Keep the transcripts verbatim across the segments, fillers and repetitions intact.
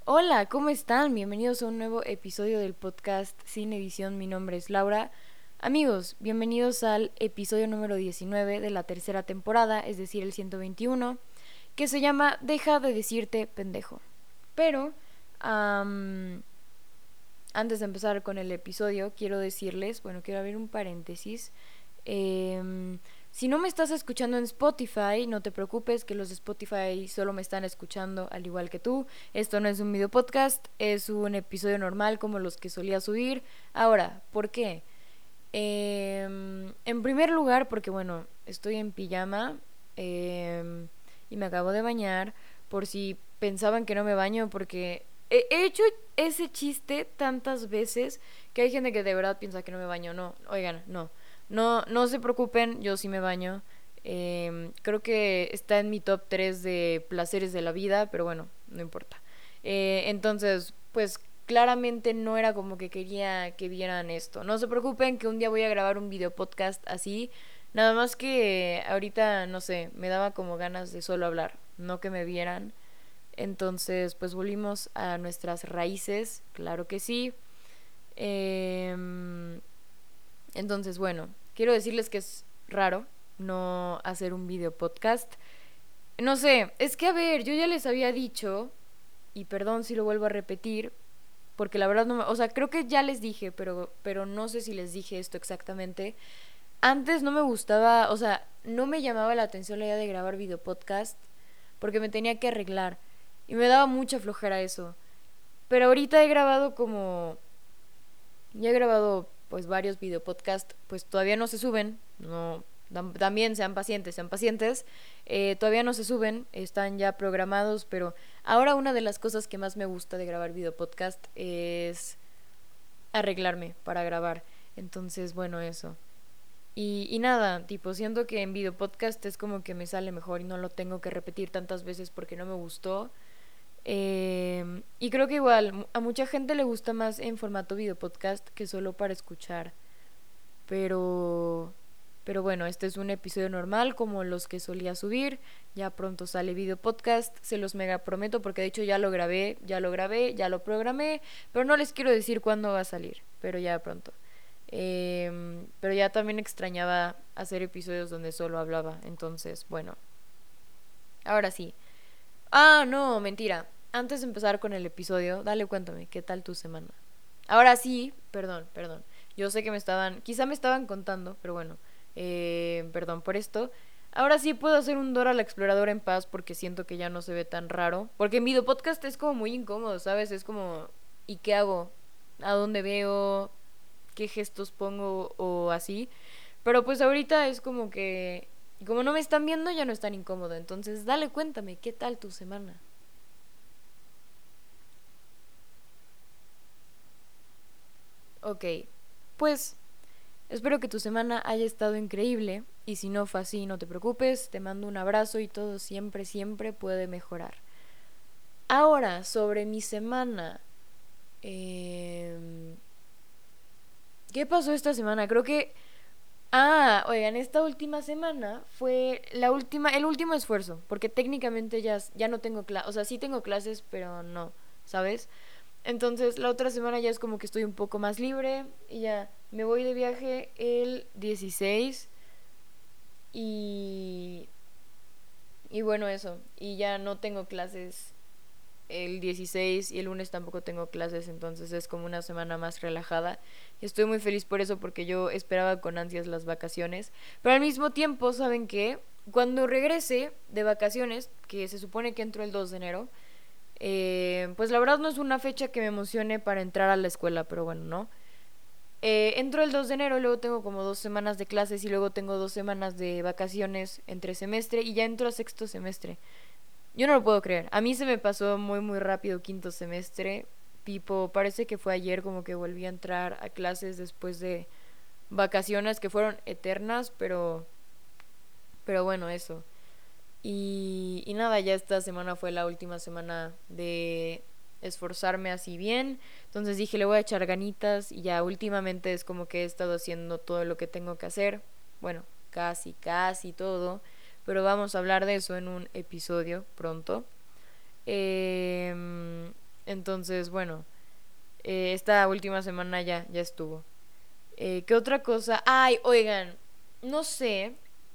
Hola, ¿cómo están? Bienvenidos a un nuevo episodio del podcast Sin Edición. Mi nombre es Laura. Amigos, bienvenidos al episodio número diecinueve de la tercera temporada, es decir, el ciento veintiuno, que se llama Deja de decirte pendejo. Pero, am, antes de empezar con el episodio, quiero decirles, bueno, quiero abrir un paréntesis. Eh, si no me estás escuchando en Spotify, no te preocupes, que los de Spotify solo me están escuchando al igual que tú. Esto no es un video podcast, es un episodio normal como los que solía subir. Ahora, ¿por qué? Eh, en primer lugar, porque bueno, estoy en pijama eh, y me acabo de bañar, por si pensaban que no me baño, porque he, he hecho ese chiste tantas veces que hay gente que de verdad piensa que no me baño. No, oigan, no, no, no se preocupen, yo sí me baño. Eh, creo que está en mi top tres de placeres de la vida, pero bueno, no importa. Eh, entonces, pues claramente no era como que quería que vieran esto. No se preocupen que un día voy a grabar un video podcast así. Nada más que ahorita, no sé, me daba como ganas de solo hablar, no que me vieran. Entonces, pues volvimos a nuestras raíces, claro que sí. Eh, entonces, bueno, quiero decirles que es raro no hacer un video podcast. No sé, es que a ver, yo ya les había dicho, y perdón si lo vuelvo a repetir, porque la verdad no me, o sea, creo que ya les dije, pero pero no sé si les dije esto exactamente. Antes no me gustaba, o sea, no me llamaba la atención la idea de grabar video podcast porque me tenía que arreglar y me daba mucha flojera eso. Pero ahorita he grabado como ya he grabado pues varios video podcast, pues todavía no se suben, no también sean pacientes, sean pacientes, eh, todavía no se suben, están ya programados, pero ahora una de las cosas que más me gusta de grabar video podcast es arreglarme para grabar. Entonces, bueno, eso. Y, y nada, tipo, siento que en video podcast es como que me sale mejor y no lo tengo que repetir tantas veces porque no me gustó. Eh, y creo que igual a mucha gente le gusta más en formato video podcast que solo para escuchar. Pero, pero bueno, este es un episodio normal como los que solía subir. Ya pronto sale video podcast, se los mega prometo porque de hecho ya lo grabé, ya lo grabé, ya lo programé, pero no les quiero decir cuándo va a salir, pero ya pronto. Eh, pero ya también extrañaba hacer episodios donde solo hablaba, entonces, bueno, ahora sí. Ah, no, mentira. Antes de empezar con el episodio, dale, cuéntame, ¿qué tal tu semana? Ahora sí, perdón, perdón. Yo sé que me estaban, quizá me estaban contando, pero bueno, eh, perdón por esto. Ahora sí puedo hacer un Dora la Exploradora en paz porque siento que ya no se ve tan raro. Porque mi video podcast es como muy incómodo, ¿sabes? Es como, ¿y qué hago? ¿A dónde veo? ¿Qué gestos pongo o así? Pero pues ahorita es como que, como no me están viendo, ya no es tan incómodo. Entonces, dale, cuéntame, ¿qué tal tu semana? Ok, pues espero que tu semana haya estado increíble y si no fue así, no te preocupes, te mando un abrazo y todo siempre, siempre puede mejorar. Ahora, sobre mi semana, eh, ¿qué pasó esta semana? Creo que... Ah, oigan, esta última semana fue la última, el último esfuerzo, porque técnicamente ya, ya no tengo clases, o sea, sí tengo clases, pero no, ¿sabes? Entonces, la otra semana ya es como que estoy un poco más libre y ya me voy de viaje el dieciséis y y bueno, eso, y ya no tengo clases el dieciséis y el lunes tampoco tengo clases, entonces es como una semana más relajada. Y estoy muy feliz por eso porque yo esperaba con ansias las vacaciones, pero al mismo tiempo, ¿saben qué? Cuando regrese de vacaciones, que se supone que entro el dos de enero, eh, pues la verdad no es una fecha que me emocione para entrar a la escuela, pero bueno, ¿no? Eh, entro el dos de enero, luego tengo como dos semanas de clases y luego tengo dos semanas de vacaciones entre semestre y ya entro a sexto semestre. Yo no lo puedo creer. A mí se me pasó muy, muy rápido quinto semestre. Tipo, parece que fue ayer como que volví a entrar a clases después de vacaciones que fueron eternas, pero, pero bueno, eso. Y, y nada, ya esta semana fue la última semana de esforzarme así bien. Entonces dije, le voy a echar ganitas y ya últimamente es como que he estado haciendo todo lo que tengo que hacer. Bueno, casi, casi todo. Pero vamos a hablar de eso en un episodio pronto. Eh, Entonces, bueno, eh, esta última semana ya, ya estuvo. Eh, ¿Qué otra cosa? Ay, oigan, no sé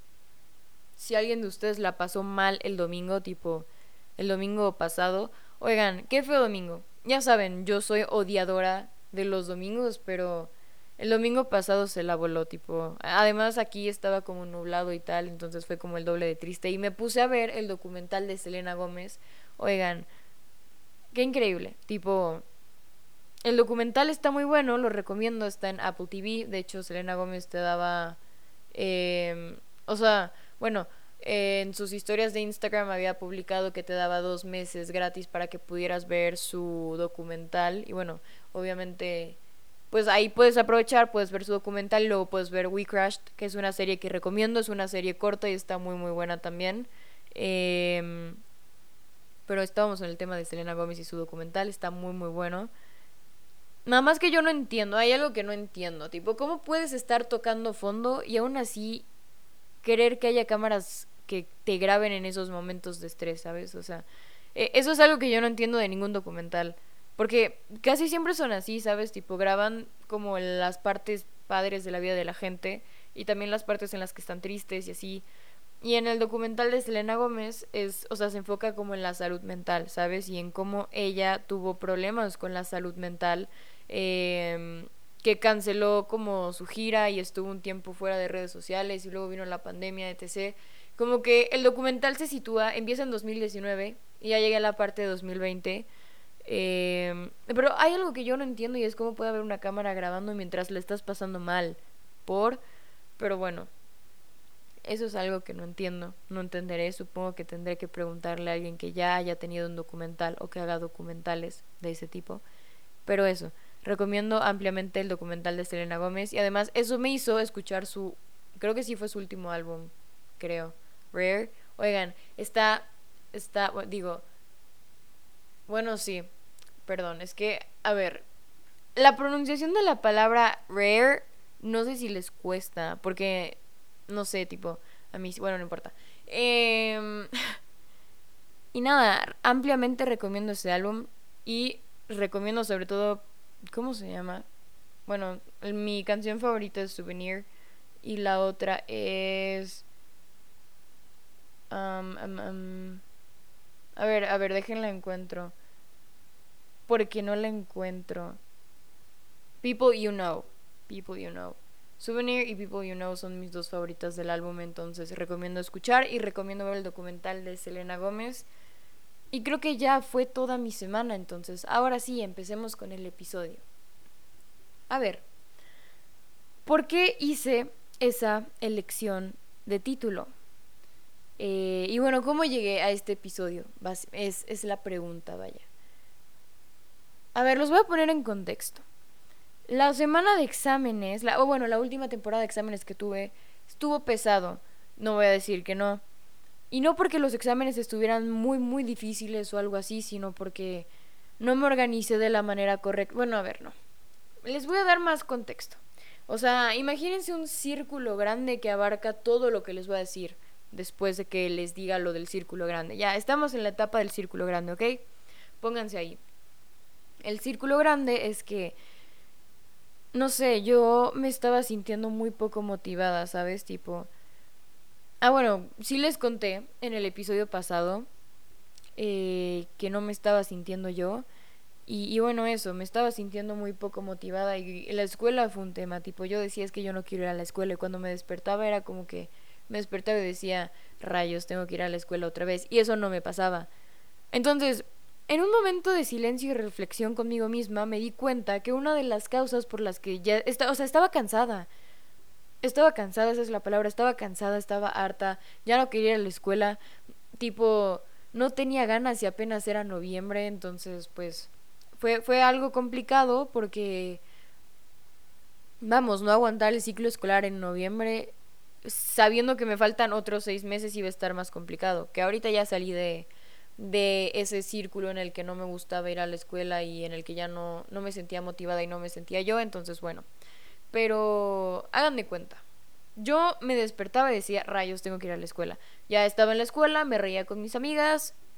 si alguien de ustedes la pasó mal el domingo, tipo el domingo pasado. Oigan, qué feo domingo. Ya saben, yo soy odiadora de los domingos, pero el domingo pasado se la voló, tipo. Además aquí estaba como nublado y tal, entonces fue como el doble de triste. Y me puse a ver el documental de Selena Gómez. Oigan, qué increíble. Tipo, el documental está muy bueno, lo recomiendo, está en Apple T V. De hecho, Selena Gómez te daba... eh, o sea, bueno, eh, en sus historias de Instagram había publicado que te daba dos meses gratis para que pudieras ver su documental. Y bueno, obviamente, pues ahí puedes aprovechar, puedes ver su documental y luego puedes ver We Crashed, que es una serie que recomiendo, es una serie corta y está muy muy buena también. Eh, pero estábamos en el tema de Selena Gómez y su documental, está muy muy bueno. Nada más que yo no entiendo, hay algo que no entiendo, tipo, ¿cómo puedes estar tocando fondo y aún así querer que haya cámaras que te graben en esos momentos de estrés, ¿sabes? O sea, eh, eso es algo que yo no entiendo de ningún documental, porque casi siempre son así, ¿sabes? Tipo, graban como las partes padres de la vida de la gente y también las partes en las que están tristes y así. Y en el documental de Selena Gómez es, o sea, se enfoca como en la salud mental, ¿sabes? Y en cómo ella tuvo problemas con la salud mental, eh, que canceló como su gira y estuvo un tiempo fuera de redes sociales y luego vino la pandemia, etcétera. Como que el documental se sitúa, empieza en dos mil diecinueve y ya llega a la parte de dos mil veinte. Eh, pero hay algo que yo no entiendo y es cómo puede haber una cámara grabando mientras le estás pasando mal. Por, pero bueno, eso es algo que no entiendo, no entenderé, supongo que tendré que preguntarle a alguien que ya haya tenido un documental o que haga documentales de ese tipo. Pero eso, recomiendo ampliamente el documental de Selena Gómez y además eso me hizo escuchar su, creo que sí fue su último álbum, creo, Rare. Oigan, está, está, digo, bueno, sí, perdón, es que, a ver, la pronunciación de la palabra rare, no sé si les cuesta, porque, no sé, tipo, a mí, bueno, no importa. Eh, y nada, ampliamente recomiendo ese álbum y recomiendo sobre todo, ¿cómo se llama? Bueno, mi canción favorita es Souvenir y la otra es... Um, um, um, a ver, a ver, déjenla encuentro. Porque no la encuentro. People You Know. People You Know. Souvenir y People You Know son mis dos favoritas del álbum, entonces recomiendo escuchar y recomiendo ver el documental de Selena Gómez. Y creo que ya fue toda mi semana, entonces ahora sí, empecemos con el episodio. A ver, ¿por qué hice esa elección de título? Eh, y bueno, ¿cómo llegué a este episodio? Es, es la pregunta, vaya. A ver, los voy a poner en contexto. La semana de exámenes, la, o bueno, la última temporada de exámenes que tuve, estuvo pesado. No voy a decir que no. Y no porque los exámenes estuvieran muy, muy difíciles o algo así, sino porque no me organicé de la manera correcta. Bueno, a ver, no. Les voy a dar más contexto. O sea, imagínense un círculo grande que abarca todo lo que les voy a decir después de que les diga lo del círculo grande. Ya, estamos en la etapa del círculo grande, ¿ok? Pónganse ahí. El círculo grande es que no sé, yo me estaba sintiendo muy poco motivada, ¿sabes? Tipo... Ah, bueno, sí les conté en el episodio pasado eh, que no me estaba sintiendo yo. Y, y bueno, eso, me estaba sintiendo muy poco motivada y la escuela fue un tema, tipo, yo decía es que yo no quiero ir a la escuela y cuando me despertaba era como que me despertaba y decía, rayos, tengo que ir a la escuela otra vez y eso no me pasaba. Entonces, en un momento de silencio y reflexión conmigo misma, me di cuenta que una de las causas por las que ya... Está, o sea, estaba cansada. Estaba cansada, esa es la palabra. Estaba cansada, estaba harta. Ya no quería ir a la escuela. Tipo, no tenía ganas y apenas era noviembre. Entonces, pues, fue, fue algo complicado porque, vamos, no aguantar el ciclo escolar en noviembre sabiendo que me faltan otros seis meses iba a estar más complicado. Que ahorita ya salí de de ese círculo en el que no me gustaba ir a la escuela y en el que ya no, no me sentía motivada y no me sentía yo, entonces bueno, pero hagan de cuenta. Yo me despertaba y decía, rayos, tengo que ir a la escuela. Ya estaba en la escuela, me reía con mis amigas,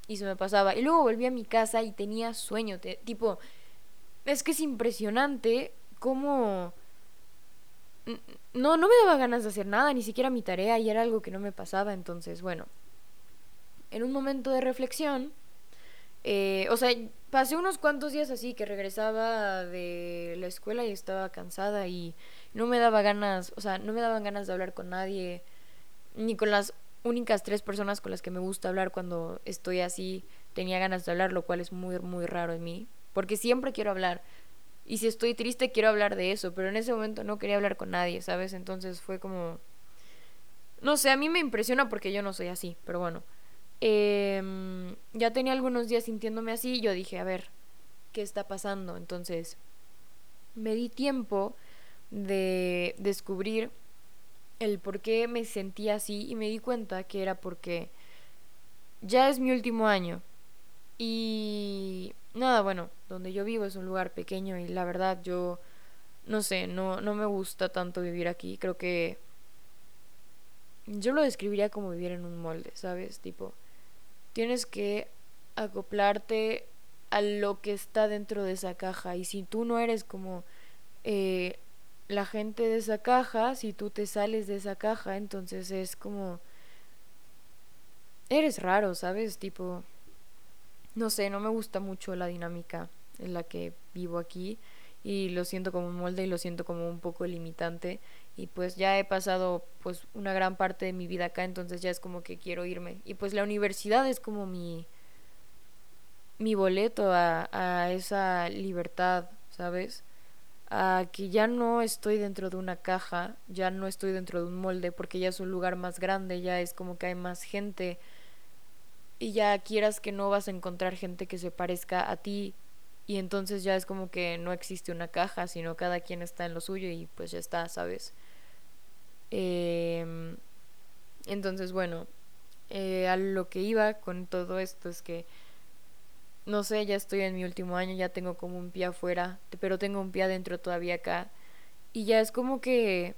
y se me pasaba. Y luego volví a mi casa y tenía sueño. Te, tipo, es que es impresionante cómo... No, no me daba ganas de hacer nada, ni siquiera mi tarea, y era algo que no me pasaba. Entonces, bueno, en un momento de reflexión, eh, o sea, pasé unos cuantos días así que regresaba de la escuela y estaba cansada y no me daba ganas, o sea, no me daban ganas de hablar con nadie, ni con las únicas tres personas con las que me gusta hablar cuando estoy así, tenía ganas de hablar, lo cual es muy, muy raro en mí, porque siempre quiero hablar. Y si estoy triste quiero hablar de eso, pero en ese momento no quería hablar con nadie, ¿sabes? Entonces fue como... No sé, a mí me impresiona porque yo no soy así, pero bueno. Eh, ya tenía algunos días sintiéndome así y yo dije, a ver, ¿qué está pasando? Entonces me di tiempo de descubrir el por qué me sentía así y me di cuenta que era porque ya es mi último año y nada, bueno, donde yo vivo es un lugar pequeño y la verdad yo no sé, no, no me gusta tanto vivir aquí. Creo que yo lo describiría como vivir en un molde, ¿sabes? Tipo, tienes que acoplarte a lo que está dentro de esa caja. Y si tú no eres como eh, la gente de esa caja, si tú te sales de esa caja, entonces es como... Eres raro, ¿sabes? Tipo, no sé, no me gusta mucho la dinámica en la que vivo aquí y lo siento como un molde y lo siento como un poco limitante y pues ya he pasado pues una gran parte de mi vida acá, entonces ya es como que quiero irme y pues la universidad es como mi mi boleto a, a esa libertad, ¿sabes? A que ya no estoy dentro de una caja, ya no estoy dentro de un molde porque ya es un lugar más grande, ya es como que hay más gente y ya quieras que no vas a encontrar gente que se parezca a ti y entonces ya es como que no existe una caja, sino cada quien está en lo suyo y pues ya está, ¿sabes? Eh, entonces, bueno, eh, a lo que iba con todo esto es que, no sé, ya estoy en mi último año, ya tengo como un pie afuera, pero tengo un pie adentro todavía acá y ya es como que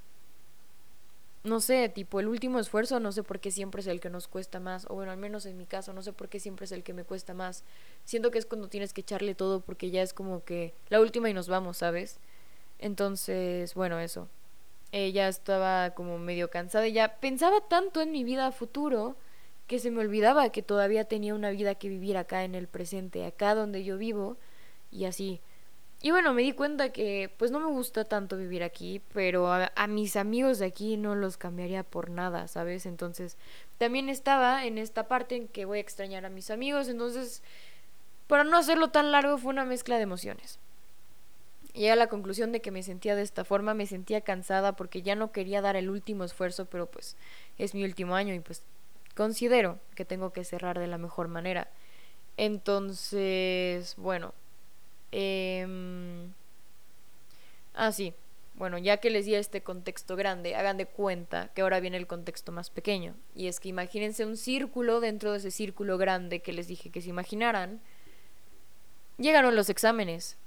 no sé, tipo el último esfuerzo, no sé por qué siempre es el que nos cuesta más, o bueno, al menos en mi caso, no sé por qué siempre es el que me cuesta más. Siento que es cuando tienes que echarle todo porque ya es como que la última y nos vamos, ¿sabes? Entonces, bueno, eso. Eh, ya estaba como medio cansada y ya pensaba tanto en mi vida a futuro que se me olvidaba que todavía tenía una vida que vivir acá en el presente, acá donde yo vivo y así. Y bueno, me di cuenta que pues no me gusta tanto vivir aquí, pero a, a mis amigos de aquí no los cambiaría por nada, ¿sabes? Entonces, también estaba en esta parte en que voy a extrañar a mis amigos, entonces, para no hacerlo tan largo, fue una mezcla de emociones. Llegué a la conclusión de que me sentía de esta forma, me sentía cansada porque ya no quería dar el último esfuerzo, pero pues es mi último año y pues considero que tengo que cerrar de la mejor manera. Entonces, bueno, eh, Ah, sí. Bueno, ya que les di este contexto grande, hagan de cuenta que ahora viene el contexto más pequeño. Y es que imagínense un círculo dentro de ese círculo grande que les dije que se imaginaran. Llegaron los exámenes.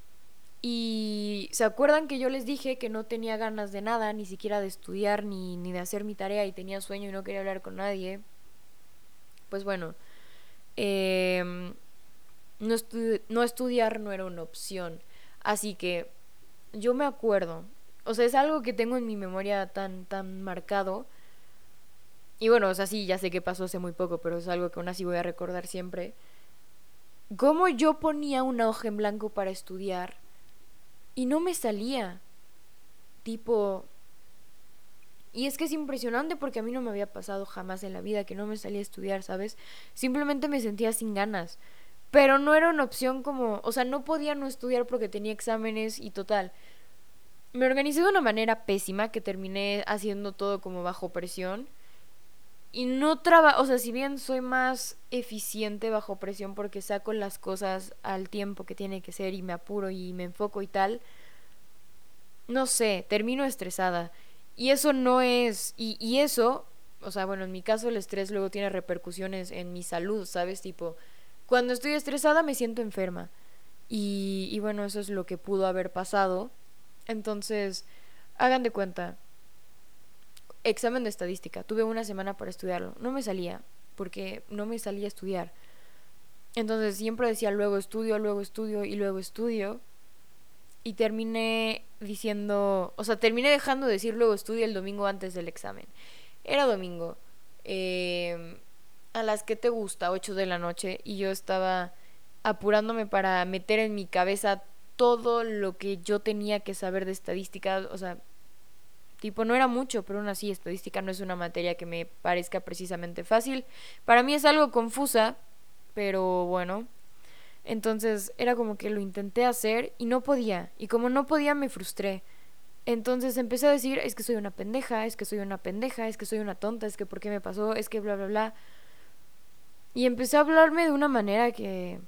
Y se acuerdan que yo les dije que no tenía ganas de nada, ni siquiera de estudiar, ni, ni de hacer mi tarea, y tenía sueño y no quería hablar con nadie. Pues bueno, eh, no, estu no estudiar no era una opción. Así que yo me acuerdo, o sea, es algo que tengo en mi memoria tan, tan marcado. Y bueno, o sea, sí, ya sé que pasó hace muy poco, pero es algo que aún así voy a recordar siempre. Cómo yo ponía una hoja en blanco para estudiar y no me salía. Tipo... Y es que es impresionante porque a mí no me había pasado jamás en la vida que no me salía a estudiar, ¿sabes? Simplemente me sentía sin ganas. Pero no era una opción como... O sea, no podía no estudiar porque tenía exámenes y total. Me organicé de una manera pésima que terminé haciendo todo como bajo presión. Y no trabajo, o sea, si bien soy más eficiente bajo presión porque saco las cosas al tiempo que tiene que ser y me apuro y me enfoco y tal, no sé, termino estresada. Y eso no es, y, y eso, o sea, bueno, en mi caso el estrés luego tiene repercusiones en mi salud, ¿sabes? Tipo, cuando estoy estresada me siento enferma. Y, y bueno, eso es lo que pudo haber pasado. Entonces, hagan de cuenta, examen de estadística. Tuve una semana para estudiarlo. No me salía. porque no me salía a estudiar. Entonces siempre decía luego estudio, luego estudio y luego estudio. Y terminé diciendo, o sea, terminé dejando de decir luego estudio el domingo antes del examen. Era domingo, eh, a las que te gusta, ocho de la noche, y yo estaba apurándome para meter en mi cabeza todo lo que yo tenía que saber de estadística. O sea, tipo, no era mucho, pero aún así, estadística no es una materia que me parezca precisamente fácil. Para mí es algo confusa, pero bueno. Entonces era como que lo intenté hacer y no podía. Y como no podía, me frustré. Entonces empecé a decir, es que soy una pendeja, es que soy una pendeja, es que soy una tonta, es que por qué me pasó, es que bla, bla, bla. Y empecé a hablarme de una manera que...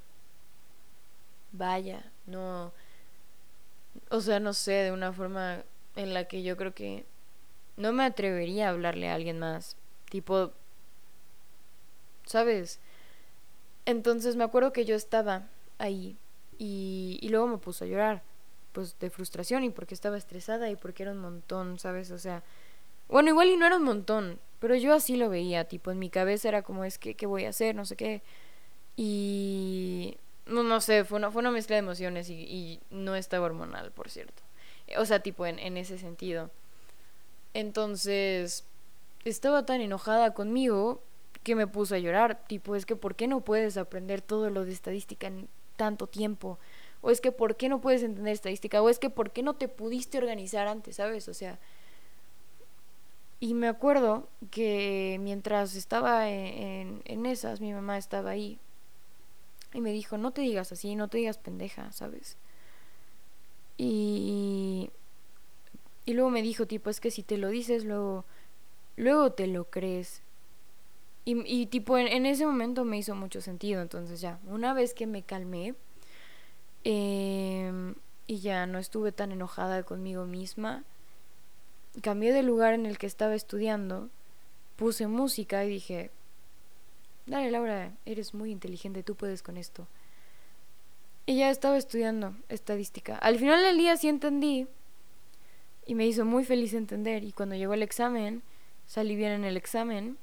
Vaya, no... O sea, no sé, de una forma en la que yo creo que no me atrevería a hablarle a alguien más. Tipo, ¿sabes? Entonces me acuerdo que yo estaba ahí y, y luego me puse a llorar, pues de frustración y porque estaba estresada y porque era un montón, ¿sabes? O sea, bueno, igual y no era un montón, pero yo así lo veía, tipo en mi cabeza era como es que, ¿qué voy a hacer? No sé qué. Y no, no sé, fue una, fue una mezcla de emociones y, y no estaba hormonal, por cierto. O sea, tipo en, en ese sentido. Entonces, estaba tan enojada conmigo que me puse a llorar. Tipo, es que ¿por qué no puedes aprender todo lo de estadística en tanto tiempo? O es que ¿por qué no puedes entender estadística? O es que ¿por qué no te pudiste organizar antes, ¿sabes? O sea, y me acuerdo que mientras estaba en, en, en esas, mi mamá estaba ahí. Y me dijo, no te digas así, no te digas pendeja, ¿sabes? Y, y luego me dijo, tipo, es que si te lo dices, luego, luego te lo crees. Y, y tipo, en, en ese momento me hizo mucho sentido. Entonces ya, una vez que me calmé eh, y ya no estuve tan enojada conmigo misma, cambié de lugar en el que estaba estudiando, puse música y dije, dale Laura, eres muy inteligente, tú puedes con esto. Y ya estaba estudiando estadística. Al final del día sí entendí y me hizo muy feliz entender. Y cuando llegó el examen, salí bien en el examen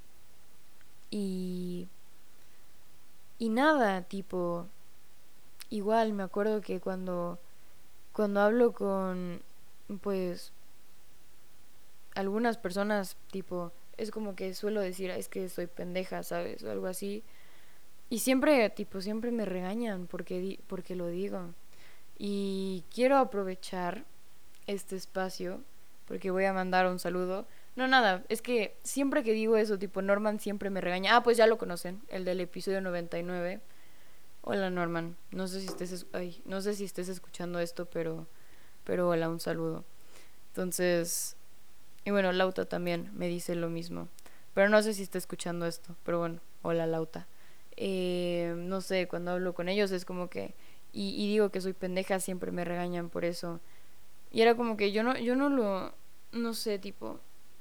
y... Y nada, tipo, igual me acuerdo que cuando, cuando hablo con, pues, algunas personas, tipo, es como que suelo decir, es que soy pendeja, ¿sabes? O algo así. Y siempre, tipo, siempre me regañan porque, di- porque lo digo. Y quiero aprovechar este espacio porque voy a mandar un saludo. No, nada, es que siempre que digo eso, tipo, Norman siempre me regaña. Ah, pues ya lo conocen, el del episodio noventa y nueve. Hola Norman, no sé si estés, ay, no sé si estés escuchando esto, pero, pero hola, un saludo. Entonces, y bueno, Lauta también me dice lo mismo, pero no sé si está escuchando esto, pero bueno, hola Lauta. Eh, no sé, cuando hablo con ellos es como que, y, y digo que soy pendeja, siempre me regañan por eso. Y era como que yo no, yo no lo, no sé, tipo,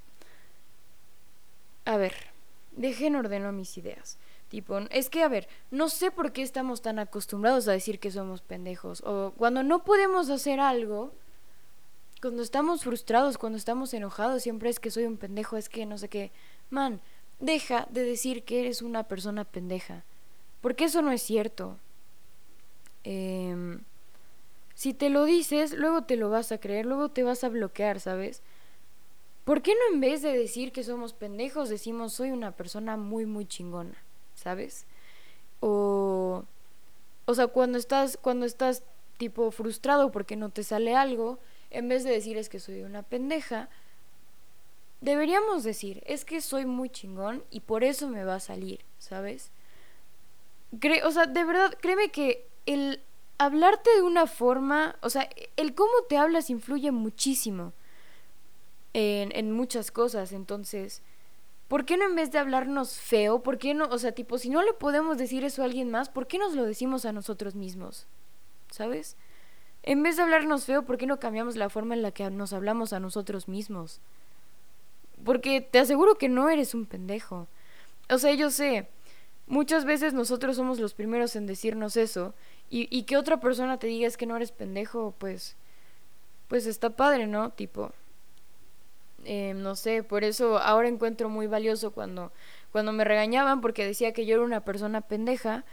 a ver, dejen ordeno mis ideas. Tipo, es que, a ver, no sé por qué estamos tan acostumbrados a decir que somos pendejos. O cuando no podemos hacer algo, cuando estamos frustrados, cuando estamos enojados, siempre es que soy un pendejo, es que no sé qué. Man, deja de decir que eres una persona pendeja. Porque eso no es cierto. Eh, si te lo dices, luego te lo vas a creer, luego te vas a bloquear, ¿sabes? ¿Por qué no en vez de decir que somos pendejos decimos soy una persona muy muy chingona, ¿sabes? O o sea, cuando estás cuando estás tipo frustrado porque no te sale algo, en vez de decir es que soy una pendeja, deberíamos decir es que soy muy chingón y por eso me va a salir, ¿sabes? Cre o sea, de verdad, créeme que el hablarte de una forma, o sea, el cómo te hablas influye muchísimo en, en muchas cosas, entonces ¿por qué no en vez de hablarnos feo? ¿Por qué no? O sea, tipo, si no le podemos decir eso a alguien más, ¿por qué nos lo decimos a nosotros mismos? ¿Sabes? En vez de hablarnos feo, ¿por qué no cambiamos la forma en la que nos hablamos a nosotros mismos? Porque te aseguro que no eres un pendejo. O sea, yo sé, muchas veces nosotros somos los primeros en decirnos eso y, y que otra persona te diga es que no eres pendejo, pues, pues está padre, ¿no? Tipo, eh, no sé, por eso ahora encuentro muy valioso cuando, cuando me regañaban porque decía que yo era una persona pendeja,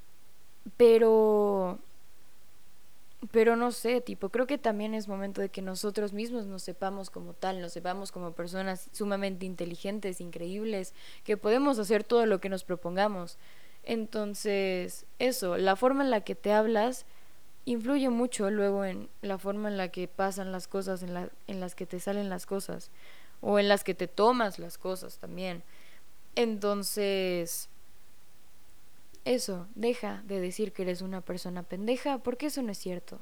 pero pero no sé, tipo, creo que también es momento de que nosotros mismos nos sepamos como tal, nos sepamos como personas sumamente inteligentes, increíbles, que podemos hacer todo lo que nos propongamos. Entonces, eso, la forma en la que te hablas influye mucho luego en la forma en la que pasan las cosas, en, la, en las que te salen las cosas, o en las que te tomas las cosas también. Entonces, eso, deja de decir que eres una persona pendeja, porque eso no es cierto.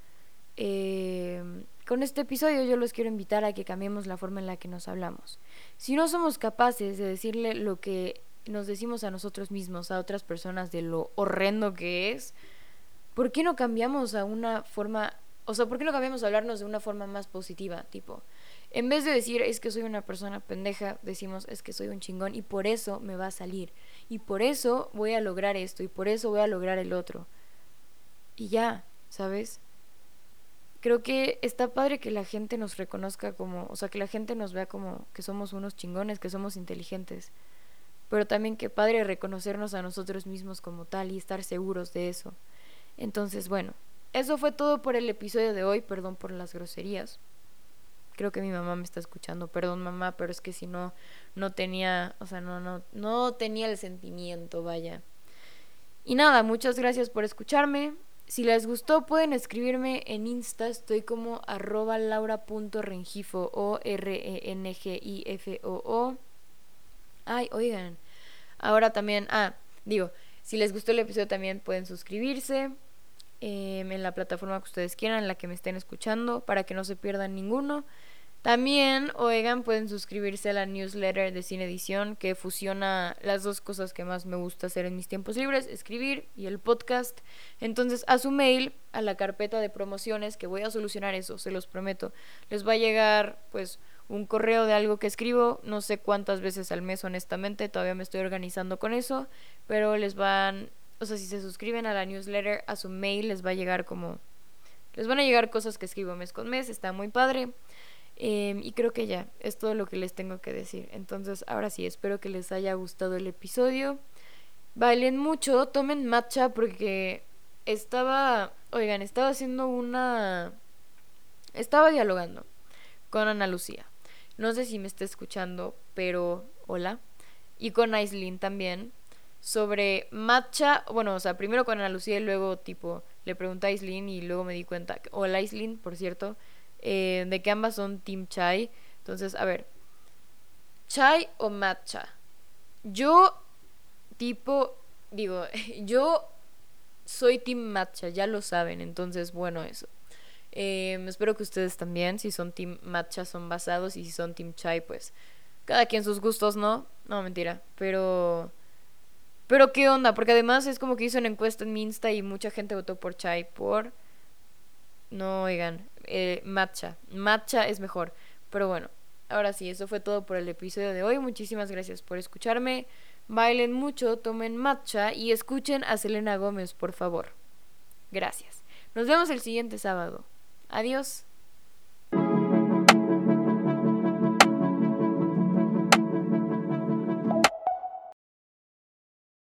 Eh, con este episodio yo los quiero invitar a que cambiemos la forma en la que nos hablamos. Si no somos capaces de decirle lo que nos decimos a nosotros mismos, a otras personas, de lo horrendo que es, ¿por qué no cambiamos a una forma, o sea, por qué no cambiamos a hablarnos de una forma más positiva? Tipo, en vez de decir es que soy una persona pendeja, decimos es que soy un chingón y por eso me va a salir. Y por eso voy a lograr esto y por eso voy a lograr el otro. Y ya, ¿sabes? Creo que está padre que la gente nos reconozca como, o sea, que la gente nos vea como que somos unos chingones, que somos inteligentes. Pero también que padre reconocernos a nosotros mismos como tal y estar seguros de eso. Entonces, bueno, eso fue todo por el episodio de hoy. Perdón por las groserías. Creo que mi mamá me está escuchando. Perdón, mamá, pero es que si no, no tenía, o sea, no, no, no tenía el sentimiento, vaya. Y nada, muchas gracias por escucharme. Si les gustó, pueden escribirme en Insta. Estoy como arroba laura.rengifo, O R E N G I F O O. Ay, oigan. Ahora también, ah, digo, si les gustó el episodio también pueden suscribirse eh, en la plataforma que ustedes quieran, en la que me estén escuchando, para que no se pierdan ninguno. También, oigan, pueden suscribirse a la newsletter de Cine Edición, que fusiona las dos cosas que más me gusta hacer en mis tiempos libres, escribir y el podcast. Entonces, a su mail, a la carpeta de promociones, que voy a solucionar eso, se los prometo. Les va a llegar, pues, un correo de algo que escribo, no sé cuántas veces al mes, honestamente, todavía me estoy organizando con eso, pero les van, o sea, si se suscriben a la newsletter, a su mail les va a llegar como, les van a llegar cosas que escribo mes con mes, está muy padre. Eh, y creo que ya, es todo lo que les tengo que decir. Entonces, ahora sí, espero que les haya gustado el episodio. Bailen mucho, tomen matcha porque estaba, oigan, estaba haciendo una, estaba dialogando con Ana Lucía. No sé si me está escuchando, pero hola. Y con Aislinn también. Sobre matcha, bueno, o sea, primero con Ana Lucía y luego tipo le pregunté a Aislinn y luego me di cuenta, hola Aislinn, por cierto, eh, de que ambas son Team Chai. Entonces, a ver, ¿chai o matcha? Yo, tipo, digo, yo soy Team Matcha, ya lo saben, entonces, bueno, eso. Eh, espero que ustedes también, si son Team Matcha, son basados, y si son Team Chai, pues cada quien sus gustos, ¿no? No, mentira, pero... Pero qué onda, porque además es como que hizo una encuesta en mi Insta y mucha gente votó por Chai, por... No, oigan, eh, matcha. Matcha es mejor. Pero bueno, ahora sí, eso fue todo por el episodio de hoy. Muchísimas gracias por escucharme. Bailen mucho, tomen matcha y escuchen a Selena Gómez, por favor. Gracias. Nos vemos el siguiente sábado. Adiós.